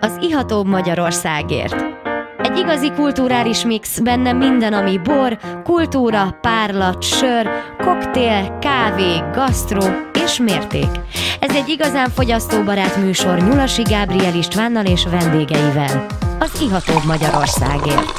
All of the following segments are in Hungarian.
az ihatóbb Magyarországért. Egy igazi kulturális mix, benne minden, ami bor, kultúra, párlat, sör, koktél, kávé, gasztró és mérték. Ez egy igazán fogyasztóbarát műsor Nyulasi Gábriel Istvánnal és vendégeivel. Az ihatóbb Magyarországért.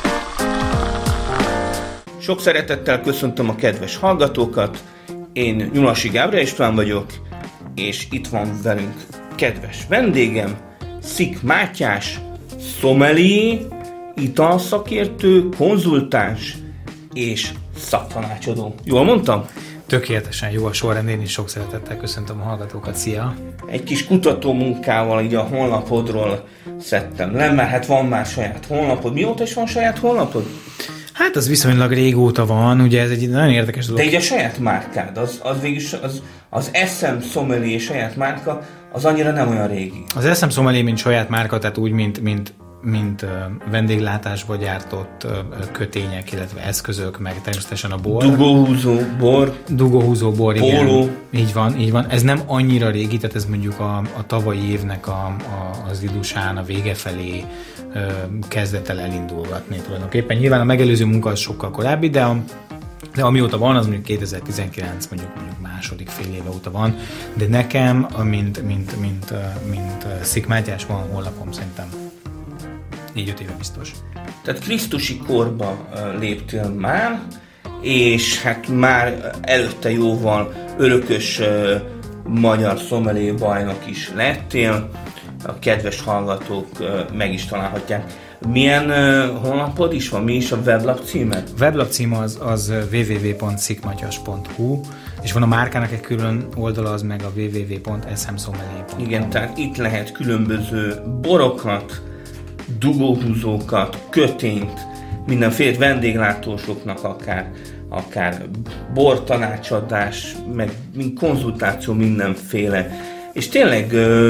Sok szeretettel köszöntöm a kedves hallgatókat, én Nyulasi Gábriel István vagyok, és itt van velünk kedves vendégem, Szik Mátyás, sommelier, italszakértő, konzultáns és szaktanácsadó. Jól mondtam? Tökéletesen jó a sorrend, én is sok szeretettel köszöntöm a hallgatókat, szia! Egy kis kutató munkával így a honlapodról szedtem le, mert hát van már saját honlapod. Mióta is van saját honlapod? Hát az viszonylag régóta van, ugye ez egy nagyon érdekes dolog. De így a saját márkád, az végülis az SM Sommelier saját márka, az annyira nem olyan régi. Az SM Sommelier, mint saját márka, tehát úgy, mint vendéglátásba gyártott kötények, illetve eszközök, meg természetesen a bor. Dugóhúzó bor, igen. Póló. Így van. Ez nem annyira régi, tehát ez mondjuk a tavalyi évnek az idusán, a vége felé kezdett el elindulgatni tulajdonképpen. Nyilván a megelőző munka az sokkal korábbi, de amióta van, az mondjuk 2019, mondjuk második fél éve óta van, de nekem, mint Szik Mátyás van honlapom, szerintem 4-5 éve biztos. Tehát krisztusi korba léptél már, és hát már előtte jóval örökös magyar sommelier bajnok is lettél. A kedves hallgatók meg is találhatják. Milyen honlapod is van? Mi is a weblap címe? Weblap címe az www.szikmatyas.hu, és van a márkának egy külön oldala, az meg a www.smsommelier.com. Igen, tehát itt lehet különböző borokat, dugóhúzókat, kötényt, mindenféle vendéglátósoknak akár bortanácsadás, meg konzultáció, mindenféle. És tényleg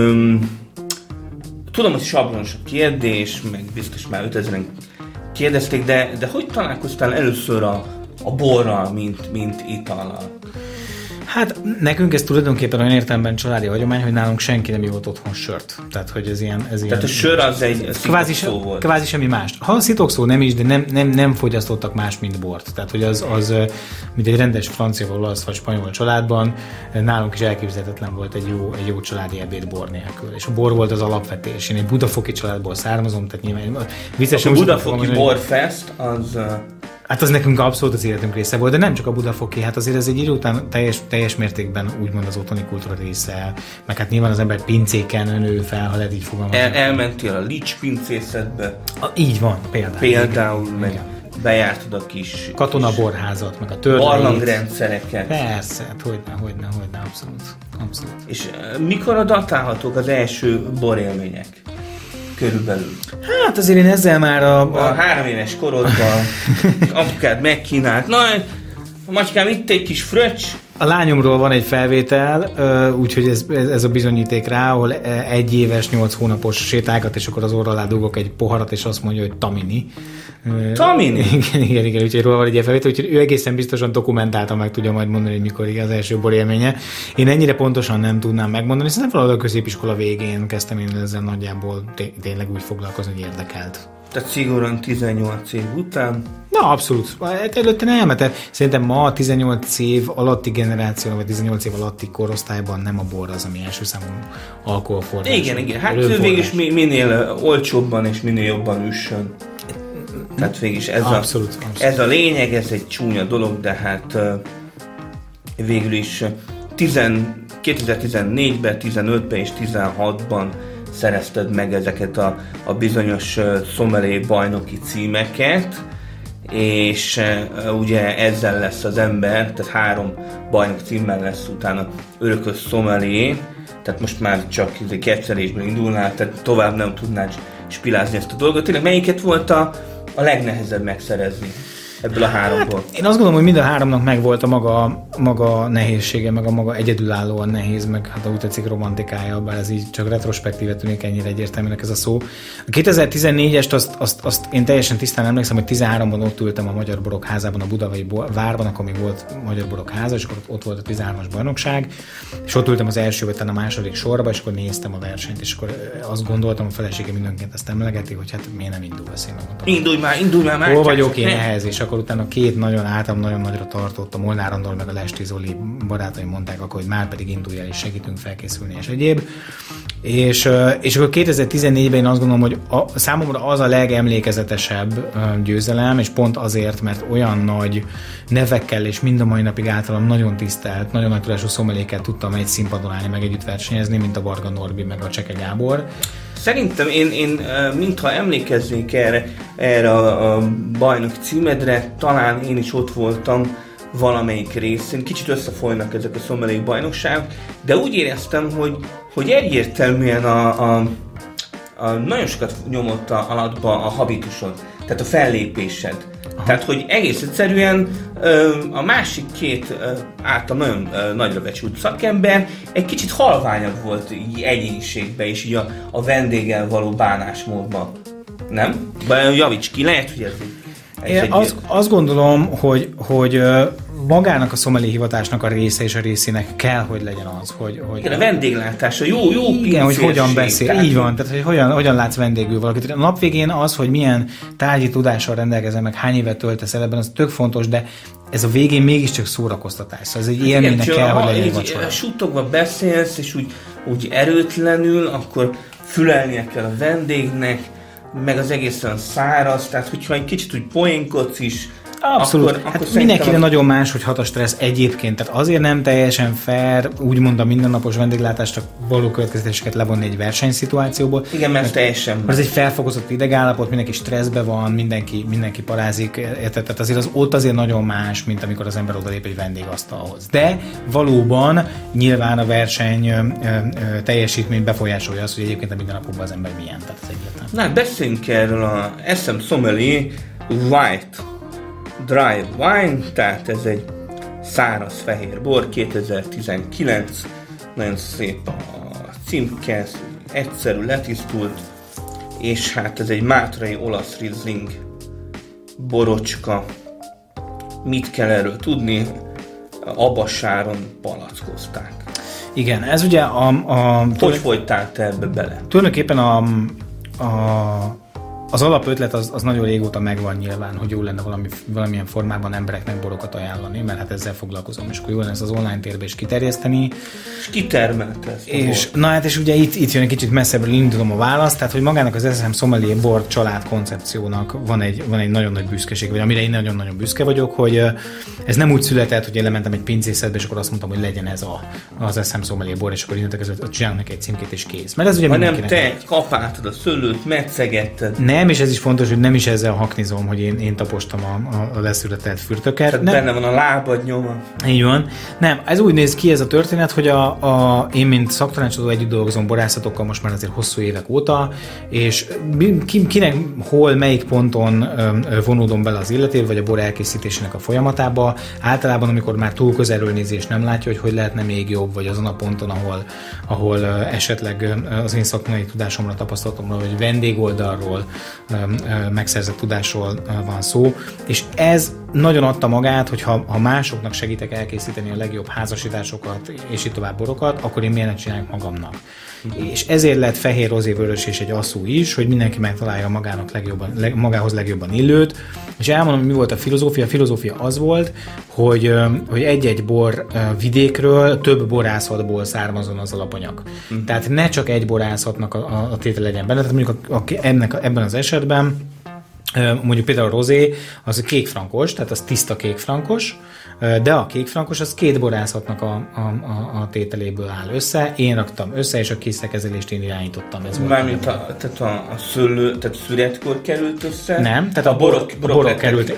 tudom, hogy sablonos a kérdés, meg biztos már 5000-en kérdezték, de hogy találkoztál először a borral, mint itallal? Hát nekünk ez tulajdonképpen olyan értelemben családi hagyomány, hogy nálunk senki nem ivott otthon sört. Tehát, hogy ez ilyen... Tehát a sör az egy szitokszó volt. Kvázi semmi más. Ha szitokszó nem is, de nem fogyasztottak más, mint bort. Tehát, hogy az mint egy rendes francia, vagy olasz, vagy spanyol családban, nálunk is elképzelhetetlen volt egy jó családi ebéd bor nélkül. És a bor volt az alapvetés. Én egy budafoki családból származom, tehát nyilván... A budafoki borfest az... Hát az nekünk abszolút az életünk része volt, de nem csak a budafoki, hát azért ez egy idő után teljes mértékben úgymond az otthoni kultúra része, meg hát nyilván az ember pincéken nő fel, ha lehet így fogalmazni. Elmentél a Lics pincészetbe. Így van, például meg bejártad a kis katonaborházat, meg a törvényt. Barlangrendszereket. Persze, hát hogyne, abszolút. És mikor datálhatók az első borélmények? Körülbelül. Hát azért én ezzel már a 3 éves korodban apukád megkínált. Na, Macskám, itt egy kis fröccs. A lányomról van egy felvétel, úgyhogy ez a bizonyíték rá, ahol 1 éves, 8 hónapos sétálgat, és akkor az orra alá dugok egy poharat, és azt mondja, hogy Tamini. Tamini? Igen, úgyhogy róla van egy ilyen felvétel, úgyhogy ő egészen biztosan dokumentáltan meg tudja majd mondani, hogy mikor az első borélménye. Én ennyire pontosan nem tudnám megmondani, szerintem valahol a középiskola végén kezdtem én ezzel nagyjából tényleg úgy foglalkozni, hogy érdekelt. Tehát szigorúan 18 év után? Na, abszolút. Előtte nem, mert szerintem ma a 18 év alatti generáció, vagy 18 év alatti korosztályban nem a bor az, ami első számú alkoholforrás. Igen. Hát végülis minél olcsóbban és minél jobban üssön. Tehát végülis abszolút. Ez a lényeg, ez egy csúnya dolog, de hát végül is 2014-ben, 15-ben és 16-ban szerezted meg ezeket a bizonyos sommelier bajnoki címeket, és ugye ezzel lesz az ember, tehát 3 bajnok címmel lesz utána örökös sommelier, tehát most már csak kettelésből indulnál, tehát tovább nem tudnád spilázni ezt a dolgot. Tényleg melyiket volt a legnehezebb megszerezni? ebből a háromból? Én azt gondolom, hogy mind a háromnak megvolt a maga nehézsége, meg a maga egyedülállóan nehéz, meg hát úgy tetszik romantikája, bár ez így csak retrospektíve tűnik ennyire egyértelműnek ez a szó. A 2014-est azt én teljesen tisztán emlékszem, hogy 13-ban ott ültem a Magyar Borok házában, a Budavai várban, akkor még volt Magyar Borok háza, és akkor ott volt a 13-as bajnokság, és ott ültem az első, vagy a második sorba, és akkor néztem a versenyt, és akkor azt gondoltam, a feleségem mindenként ezt emlegeti, hogy hát miért nem indulsz, én megmondtam. Indulj már! Hol vagyok én ehhez? És akkor utána két nagyon nagyra tartott, a Molnár Andor meg a Lesti Zoli barátaim mondták akkor, hogy már pedig indulj el, és segítünk felkészülni, és egyéb. És akkor 2014-ben én azt gondolom, hogy számomra az a legemlékezetesebb győzelem, és pont azért, mert olyan nagy nevekkel, és mind a mai napig általam nagyon tisztelt, nagyon nagy tudású szomelékkel tudtam egy színpadon állni, meg együtt versenyezni, mint a Varga Norbi, meg a Cseke Gábor. Szerintem én mintha emlékeznék erre a bajnoki címedre, talán én is ott voltam valamelyik részén. Kicsit összefolynak ezek a szomelék bajnokságok, de úgy éreztem, hogy egyértelműen nagyon sokat nyomott alatba a habitusod, tehát a fellépésed. Aha. Tehát, hogy egész egyszerűen a másik két által nagyon nagyra becsült szakember egy kicsit halványabb volt így egyéniségben és így a vendéggel való bánásmódban. Nem? Javíts ki, lehet, hogy ez azt gondolom, hogy magának a szomeli hivatásnak a része és a részének kell, hogy legyen az, hogy igen, a vendéglátása, jó igen, hogy hogyan beszél, tehát így van, tehát hogy hogyan látsz vendégül valakit. A nap végén az, hogy milyen tárgyi tudással rendelkezel, meg hány évet töltesz el ebben, az tök fontos, de ez a végén mégiscsak szórakoztatás. Szóval ez egy élménynek kell, hogy legyen egy vacsora. Suttogva beszélsz, és úgy erőtlenül, akkor fülelnie kell a vendégnek, meg az egészen száraz, tehát hogyha egy kicsit úgy poénkodsz is, abszolút. Hát mindenkire nagyon más, hogy hat a stressz egyébként. Tehát azért nem teljesen fair, úgymond a mindennapos vendéglátást való következtetéseket levonni egy versenyszituációból. Igen, mert teljesen. Ez egy felfokozott idegállapot, mindenki stresszben van, mindenki parázik, tehát azért ott azért nagyon más, mint amikor az ember odalép egy vendégasztalhoz. De valóban nyilván a verseny teljesítmény befolyásolja azt, hogy egyébként a mindennapokban az ember milyen. Tehát ez egyértelmű. Na, beszéljünk erről a SM Sommelier White Dry Wine, tehát ez egy száraz fehér bor, 2019, nagyon szép a címke, egyszerű, letisztult, és hát ez egy mátrai olasz Riesling borocska. Mit kell erről tudni? Abasáron palackozták. Igen, ez ugye Hogy folytál te ebbe bele? Tulajdonképpen az alapötlet az nagyon régóta megvan nyilván, hogy jó lenne valamilyen formában embereknek borokat ajánlani, mert hát ezzel foglalkozom, és akkor jó lenne ezt az online térbe is kiterjeszteni. És kitermelte ezt és ugye itt jön egy kicsit messzebbről indulom a választ, tehát hogy magának az SM Sommelier bor család koncepciónak van egy nagyon nagy büszkeség, vagy amire én nagyon-nagyon büszke vagyok, hogy ez nem úgy született, hogy én lementem egy pincészetbe, és akkor azt mondtam, hogy legyen ez az SM Sommelier bor, és akkor innentől kezdve csinálunk neki egy címkét és kész. Mert ez ugye nem te kapáltad a szőlőt, metszegetted. Nem, és ez is fontos, hogy nem is ezzel haknizom, hogy én tapostam a leszületett fürtöket. Tehát benne van a lábad nyoma. Így van. Nem, ez úgy néz ki ez a történet, hogy én mint szaktanácsadó együtt dolgozom borászatokkal most már azért hosszú évek óta, és kinek hol, melyik ponton vonódom bele az illetér, vagy a bor elkészítésének a folyamatába. Általában, amikor már túl közelről nézi, és nem látja, hogy lehetne még jobb, vagy azon a ponton, ahol esetleg az én szakmai tudásomra, tapasztalatomra, vagy vendégoldalról megszerzett tudásról van szó, és ez nagyon adta magát, hogy ha másoknak segítek elkészíteni a legjobb házasításokat, és így tovább borokat, akkor én miért ne csinálják magamnak. És ezért lett fehér, rozé, vörös és egy asszú is, hogy mindenki megtalálja magához legjobban illőt, és elmondom, mi volt a filozófia. A filozófia az volt, hogy egy-egy bor vidékről több borászatból származon az alapanyag. Tehát ne csak egy borászatnak a tétel legyen benne, tehát mondjuk ebben az esetben mondjuk például a rozé, az kékfrankos, tehát az tiszta kékfrankos, de a kékfrankos az két borászatnak a tételéből áll össze. Én raktam össze, és a készlekezelést én irányítottam. Mármint tehát a szőlő, tehát szüretkor került össze? Nem, tehát a borok került,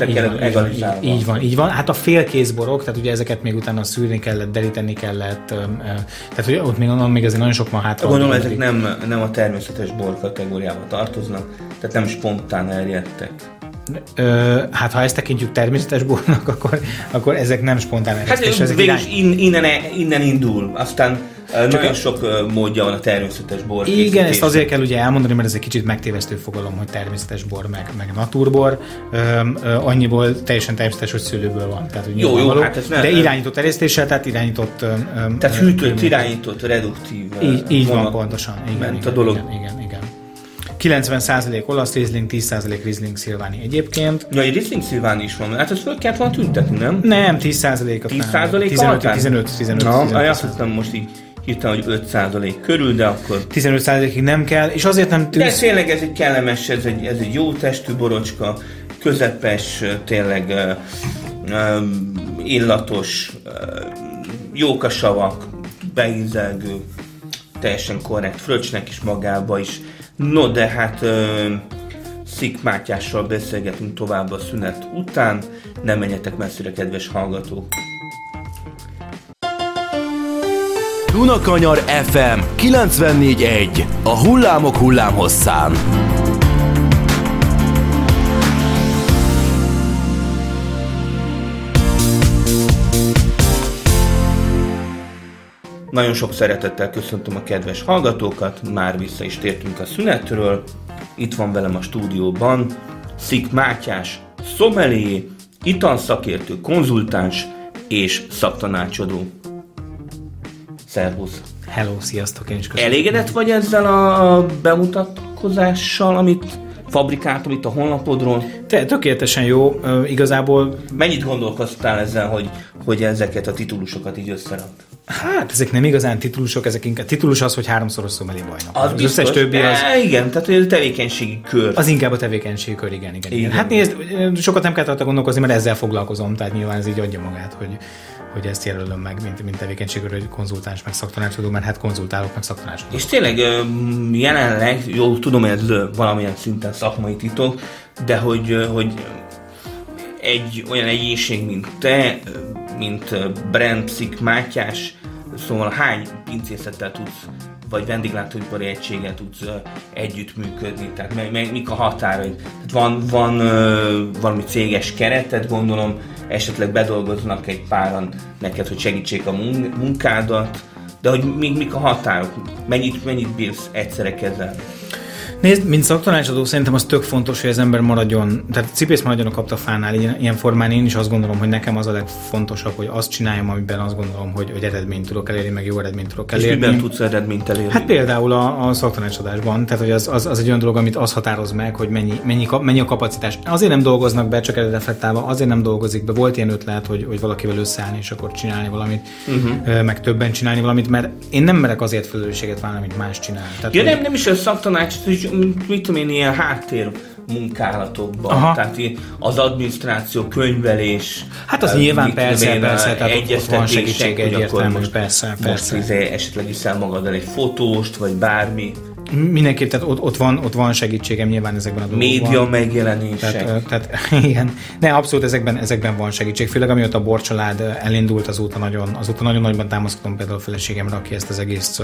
így van. Hát a félkész borok, tehát ugye ezeket még utána szűrni kellett, deríteni kellett, tehát hogy ott még azért nagyon sok van hátra. Gondolom, ezek nem a természetes bor kategóriába tartoznak, tehát nem spontán eljöttek. Hát ha ezt tekintjük természetes bornak, akkor ezek nem spontán eresztés. Hát végülis innen indul, aztán nagyon sok módja van a természetes bor készítésre. Igen, ezt azért kell ugye elmondani, mert ez egy kicsit megtévesztő fogalom, hogy természetes bor, meg naturbor. Annyiból teljesen természetes, hogy szőlőből van. Tehát, hogy jó, hát ez de irányított eresztéssel, tehát irányított... Tehát hűtött, irányított, reduktív... Így van, pontosan. Igen, a dolog. Igen. 90% olasz Riesling, 10% Riesling Szilváni egyébként. Ja, egy Riesling Szilváni is van. Hát ezt föl kellett volna tüntetni, nem? Nem, 10%-at 10%? Na, azt hittem most így hirtelen, hogy 5% körül, de akkor... 15%-ig nem kell, és azért nem tűz... De tényleg ez egy kellemes, ez egy jó testű borocska, közepes, tényleg illatos, jók a savak, beízelgő, teljesen korrekt, fröccsnek is magába is. No, de hát Szik Mátyással beszélgetünk tovább a szünet után. Nem menjetek messzire, kedves hallgatók! Dunakanyar FM 94.1. A hullámok hullámhosszán. Nagyon sok szeretettel köszöntöm a kedves hallgatókat, már vissza is tértünk a szünetről. Itt van velem a stúdióban Szik Mátyás, sommelier, italszakértő, konzultáns és szaktanácsadó. Szervusz! Hello, sziasztok, én is köszönöm. Elégedett vagy ezzel a bemutatkozással, amit fabrikáltam itt a honlapodról? Tökéletesen jó, igazából... Mennyit gondolkoztál ezzel, hogy ezeket a titulusokat így összerakt? Hát, ezek nem igazán titulusok, ezek inkább titulus az, hogy 3-szoros sommelier bajnok. Az biztos, összes többi az... Igen, tehát a tevékenységi kör. Az inkább a tevékenységi kör, igen. Hát nézd, sokat nem kell rajta gondolkozni, mert ezzel foglalkozom, tehát nyilván ez így adja magát, hogy ezt jelölöm meg, mint tevékenységről, hogy konzultáns, meg szaktanácsadó, mert hát konzultálok, meg szaktanácsadó. És tényleg jelenleg, jó, tudom, hogy ez valamilyen szinten szakmai titok, de hogy egy olyan egyéniség, mint te, mint Brand Szik Mátyás, szóval hány pincészettel tudsz, vagy vendéglátóipari egységgel tudsz együttműködni, tehát mik a határaid? Tehát van valami céges keretet, gondolom, esetleg bedolgoznak egy páran neked, hogy segítsék a munkádat, de hogy mik a határok? Mennyit bírsz egyszerre kezelni? Nézd, mint szaktanácsadó szerintem az tök fontos, hogy az ember maradjon, tehát cipész maradjon a kaptafánál, ilyen formán én is azt gondolom, hogy nekem az a legfontosabb, hogy azt csináljam, amiben azt gondolom, hogy eredményt tudok elérni, meg jó eredményt tudok elérni. És miben tudsz eredményt elérni? Hát például a szaktanácsadásban, tehát hogy az egy olyan dolog, amit az határoz meg, hogy mennyi a kapacitás. Azért nem dolgoznak be, csak reflektálva, azért nem dolgozik be. Volt ilyen ötlet, hogy valakivel összeállni, és akkor csinálni valamit, meg többen csinálni valamit, mert én nem merek azért felelősséget vállalni, amit más csinál. Tehát, nem is a szaktanácsadás, mit tudom én, ilyen háttér munkálatokban, aha. Tehát az adminisztráció, könyvelés. Hát az nyilván persze, tehát ott van segítség egyértelmű, persze. Most esetleg viszel magaddal egy fotóst, vagy bármi. Mindenképp, tehát ott van segítségem nyilván ezekben a dolgokban. Média megjelenések. Tehát igen. Ne, abszolút ezekben van segítség. Főleg amióta a borcsalád elindult, azóta nagyon nagyban támaszkodom például a feleségemre, aki ezt az egész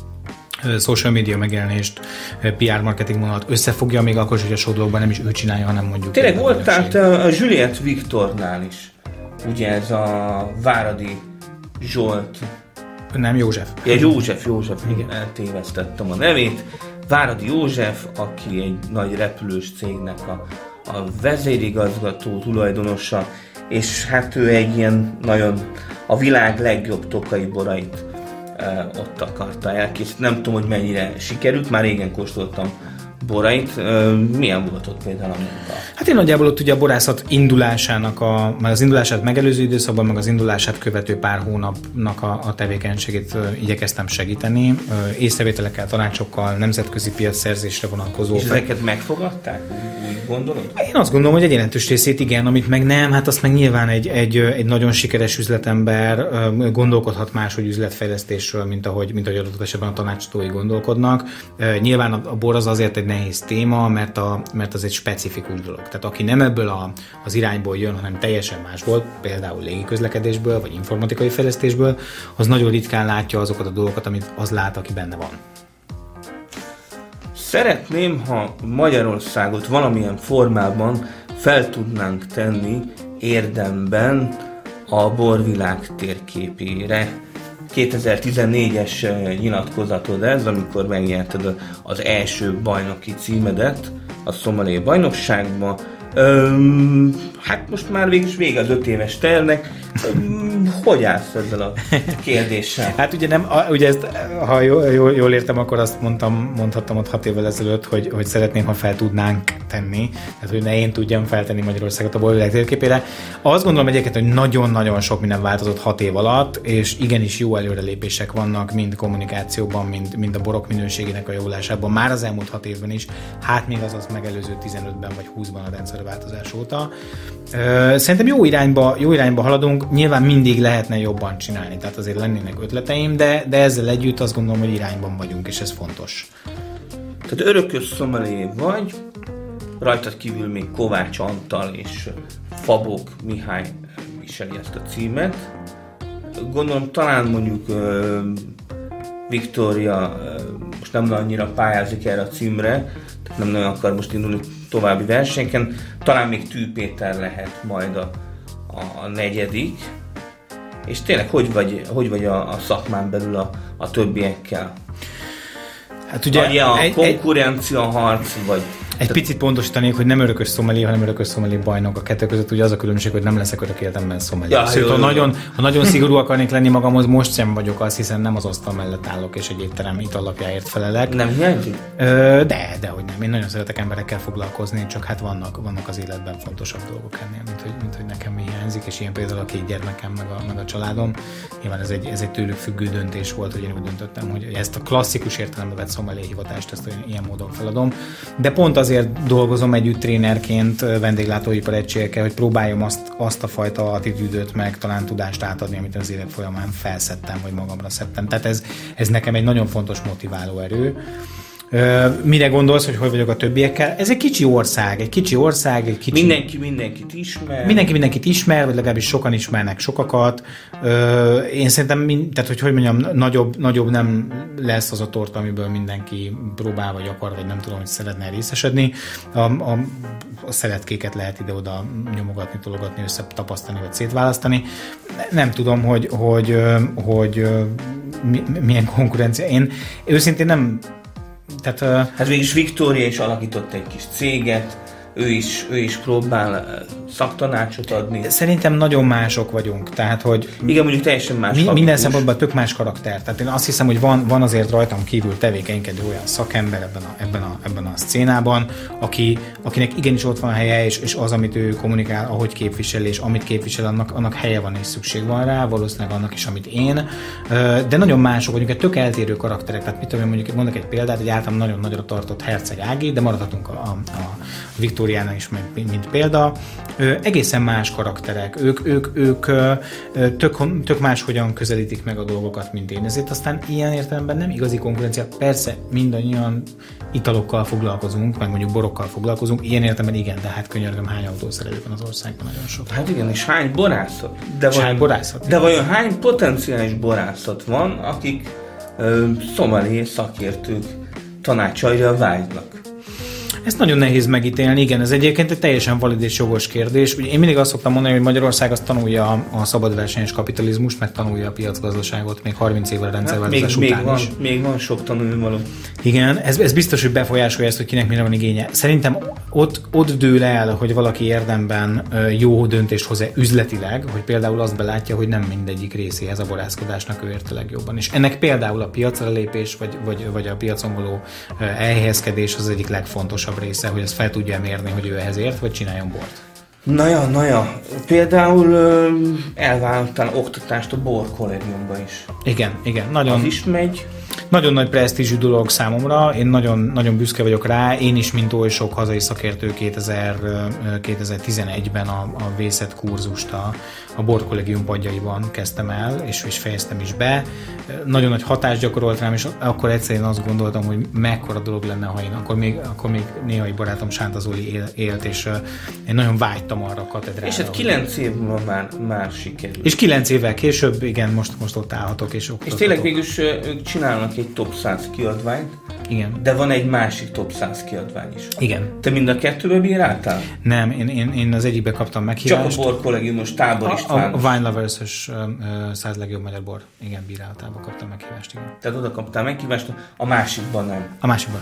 social media megjelenést, PR marketing vonalat összefogja, még akkor, hogy a sodlókban nem is ő csinálja, hanem mondjuk... Tényleg volt, tehát a Juliette Viktornál is, ugye ez a Váradi Zsolt... Nem, József. Ja, József, igen. Eltévesztettem a nevét. Váradi József, aki egy nagy repülős cégnek a vezérigazgató, tulajdonosa, és hát ő egy ilyen nagyon a világ legjobb tokai borait ott akarta elkészíteni. Nem tudom, hogy mennyire sikerült, már régen kóstoltam borait. Milyen volt ott például a munka? Hát én nagyjából ott ugye a borászat indulásának, meg az indulását megelőző időszakban, meg az indulását követő pár hónapnak a tevékenységét igyekeztem segíteni. Észrevételekkel, tanácsokkal, nemzetközi piacszerzésre vonatkozó. És ezeket megfogadták? Úgy gondolod? Én azt gondolom, hogy egy jelentős részét igen, amit meg nem, hát azt meg nyilván egy nagyon sikeres üzletember gondolkodhat máshogy üzletfejlesztésről, mint ahogy adott esetben a tanácsadói gondolkodnak. Nyilván a bor az azért egy nehéz téma, mert az egy specifikus dolog. Tehát aki nem ebből az irányból jön, hanem teljesen másból, például légiközlekedésből, vagy informatikai fejlesztésből, az nagyon ritkán látja azokat a dolgokat, amit az lát, aki benne van. Szeretném, ha Magyarországot valamilyen formában fel tudnánk tenni érdemben a borvilág térképére. 2014-es nyilatkozatod ez, amikor megnyerted az első bajnoki címedet a szomalé bajnokságban. Hát most már végül is vége az 5 éves tervnek. Hogy állsz ezzel a kérdéssel? Hát ugye nem, ugye ezt, ha jól értem, akkor azt mondhattam ott 6 évvel ezelőtt, hogy szeretném, ha fel tudnánk tenni, tehát hogy ne én tudjam feltenni Magyarországot a borvilág térképére. Azt gondolom egyébként, hogy nagyon-nagyon sok minden változott 6 év alatt, és igenis jó előrelépések vannak, mind kommunikációban, mind a borok minőségének a javulásában, már az elmúlt 6 évben is, hát még az megelőző 15-ben vagy 20-ban a rendszerváltozás óta. Szerintem jó irányba haladunk, nyilván mindig lehetne jobban csinálni, tehát azért lennének ötleteim, de ezzel együtt azt gondolom, hogy irányban vagyunk, és ez fontos. Tehát örökös szomelé vagy, rajtad kívül még Kovács Antal és Fabok Mihály viseli ezt a címet. Gondolom talán mondjuk Viktória most nem annyira pályázik erre a címre, tehát nem nagyon akar most indulni további versenyeken. Talán még Tű Péter lehet majd a negyedik. És tényleg hogy vagy a szakmán belül a többiekkel? Hát ugye a konkurencia harc, vagy... Egy picit pontosítanék, hogy nem örökös szomeli, hanem örökös szomeli bajnok a kettő között. Ugye az a különbség, hogy nem leszek örök életemben szomeli. Ja, szóval, ha nagyon szigorú akarnék lenni magamhoz, most sem vagyok az, hiszen nem az asztal mellett állok, és egy étterem italapjáért felelek. Nem hiányzik? Dehogy nem. Én nagyon szeretek emberekkel foglalkozni, csak hát vannak az életben fontosabb dolgok ennél, mint hogy nekem mi hiányzik, és ilyen például a 2 gyermekem, meg a családom. Nyilván ez egy tőlük függő döntés volt, hogy én úgy döntöttem, hogy ezt a klasszikus értelembe vett szomeli hivatást, ezt ilyen módon feladom. De pont azért dolgozom együtt trénerként vendéglátóipar egységekkel, hogy próbáljam azt a fajta attitűdöt meg talán tudást átadni, amit az élet folyamán felszettem, vagy magamra szedtem. Tehát ez nekem egy nagyon fontos motiváló erő. Mire gondolsz, hogy vagyok a többiekkel? Ez egy kicsi ország. Mindenkit ismer. Mindenkit ismer, vagy legalábbis sokan ismernek sokakat. Én szerintem, tehát hogy mondjam, nagyobb nem lesz az a torta, amiből mindenki próbál, vagy akar, vagy nem tudom, hogy szeretne részesedni. A szeretkéket lehet ide-oda nyomogatni, tologatni, összetapasztani, vagy szétválasztani. Nem tudom, hogy milyen konkurencia. Én őszintén nem... Hát végülis Viktória is alakított egy kis céget, ő is próbál szaktanácsot adni. Szerintem nagyon mások vagyunk, tehát hogy... Igen, mondjuk teljesen más. Minden szempontból tök más karakter. Tehát én azt hiszem, hogy van azért rajtam kívül tevékenykedő olyan szakember ebben a szcénában, akinek igenis ott van helye, és az, amit ő kommunikál, ahogy képvisel, és amit képvisel, annak helye van és szükség van rá, valószínűleg annak is, amit én. De nagyon mások vagyunk, egy tök eltérő karakterek. Tehát mit tudom én, mondok egy példát, egy általam nagyon nagyra tartott Herceg Ági, de maradhatunk a Viktóriánál is, mint példa. Egészen más karakterek, ők tök máshogyan közelítik meg a dolgokat, mint én. Ezért aztán ilyen értelemben nem igazi konkurencia. Persze mindannyian italokkal foglalkozunk, meg mondjuk borokkal foglalkozunk, ilyen értelemben igen, de hát könyörgöm, hány autószerelő van az országban, nagyon sok. Hát igen, és hány borászat? De vajon hány potenciális borászat van, akik szomeli szakértők tanácsaira vágynak? Ezt nagyon nehéz megítélni, igen, ez egyébként egy teljesen valid és jogos kérdés. Ugye én mindig azt szoktam mondani, hogy Magyarország azt tanulja a szabadversenyes kapitalizmust, meg tanulja a piacgazdaságot még 30 évvel a rendszerváltozás után is. Még van sok tanulnivaló. Igen, ez biztos, hogy befolyásolja ezt, hogy kinek mire van igénye. Szerintem ott dől el, hogy valaki érdemben jó döntést hoz-e üzletileg, hogy például azt belátja, hogy nem mindegyik részéhez a borászkodásnak ő ért a legjobban. És ennek például a piacra lépés, vagy a piacon való elhelyezkedés az egyik legfontosabb része, hogy ezt fel tudja mérni, hogy ő ehhez ért, vagy csináljon bort. Na ja. Például elvállaltál oktatást a bor kollégiumban is. Igen. Nagyon, az is megy. Nagyon nagy presztízsű dolog számomra, én nagyon büszke vagyok rá, én is, mint oly sok hazai szakértő 2011-ben a vészet kurzust, a a borkollégium padjaiban kezdtem el, és fejeztem is be. Nagyon nagy hatást gyakorolt rám, és akkor egyszerűen azt gondoltam, hogy mekkora dolog lenne, ha én akkor még néha egy barátom Sánta Zoli élt, és én nagyon vágytam arra a katedrára. És hát 9 év már sikerült. És 9 évvel később, igen, most ott állhatok és oktathatok. És tényleg végül ők csinálnak egy top 100 kiadványt, igen. De van egy másik top 100 kiadvány is. Igen. Te mind a kettőből bíráltál? Nem, én az egyikbe kaptam meghívást. Csak a borkollégiumos Tábor István. A Wine Lovers-ös 100 legjobb magyar bor. Igen, bírálatába kaptam meghívást, igen. Tehát oda kaptál meghívást, a másikban nem. A másikban.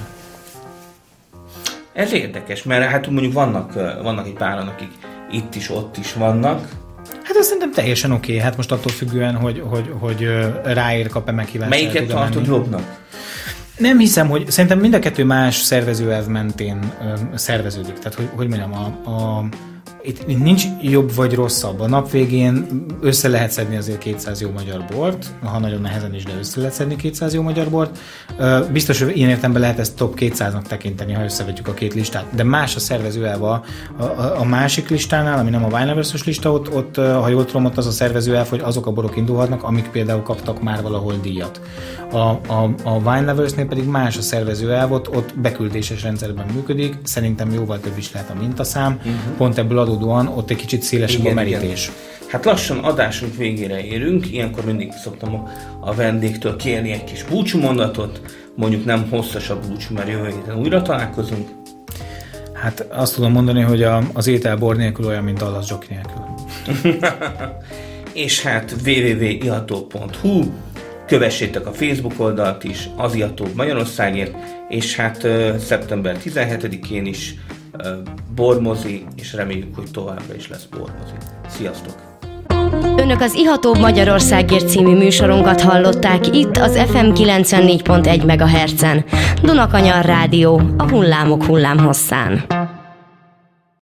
Ez érdekes, mert hát mondjuk vannak egy páran, akik itt is, ott is vannak. Hát azt szerintem teljesen oké. Hát most attól függően, hogy ráér kap-e meghívást. Melyiket tartod jobbnak? Nem hiszem, hogy szerintem mind a kettő más szervezőelv mentén szerveződik. Tehát, hogy mondjam, itt nincs jobb vagy rosszabb. A nap végén össze lehet szedni azért 200 jó magyar bort, ha nagyon nehezen is, de össze lehet szedni 200 jó magyar bort. Biztos, hogy ilyen értelemben lehet ezt top 200-nak tekinteni, ha összevetjük a két listát. De más a szervezőelv a másik listánál, ami nem a Wine Lovers-ös lista, ott, ha jól tudom, ott az a szervezőelv, hogy azok a borok indulhatnak, amik például kaptak már valahol díjat. A Wine Lovers-nél pedig más a szervezőelv, ott beküldéses rendszerben működik, szerintem jóval több is lehet a mintaszám, pont ebből adódóan ott egy kicsit szélesebb a merítés. Igen. Hát lassan adásunk végére érünk, ilyenkor mindig szoktam a vendégtől kérni egy kis búcsúmondatot, mondjuk nem hosszasabb búcsú, mert jövő héten újra találkozunk. Hát azt tudom mondani, hogy az étel bor nélkül olyan, mint Dallas Jockey nélkül. És hát www.iható.hu, kövessétek a Facebook oldalt is, az Iható Magyarországért, és hát szeptember 17-én is bormozi, és reméljük, hogy továbbra is lesz bormozi. Sziasztok! Önök az Ihatóbb Magyarországért című műsorunkat hallották itt az FM 94.1 MHz-en. Dunakanyar Rádió, a hullámok hullámhosszán.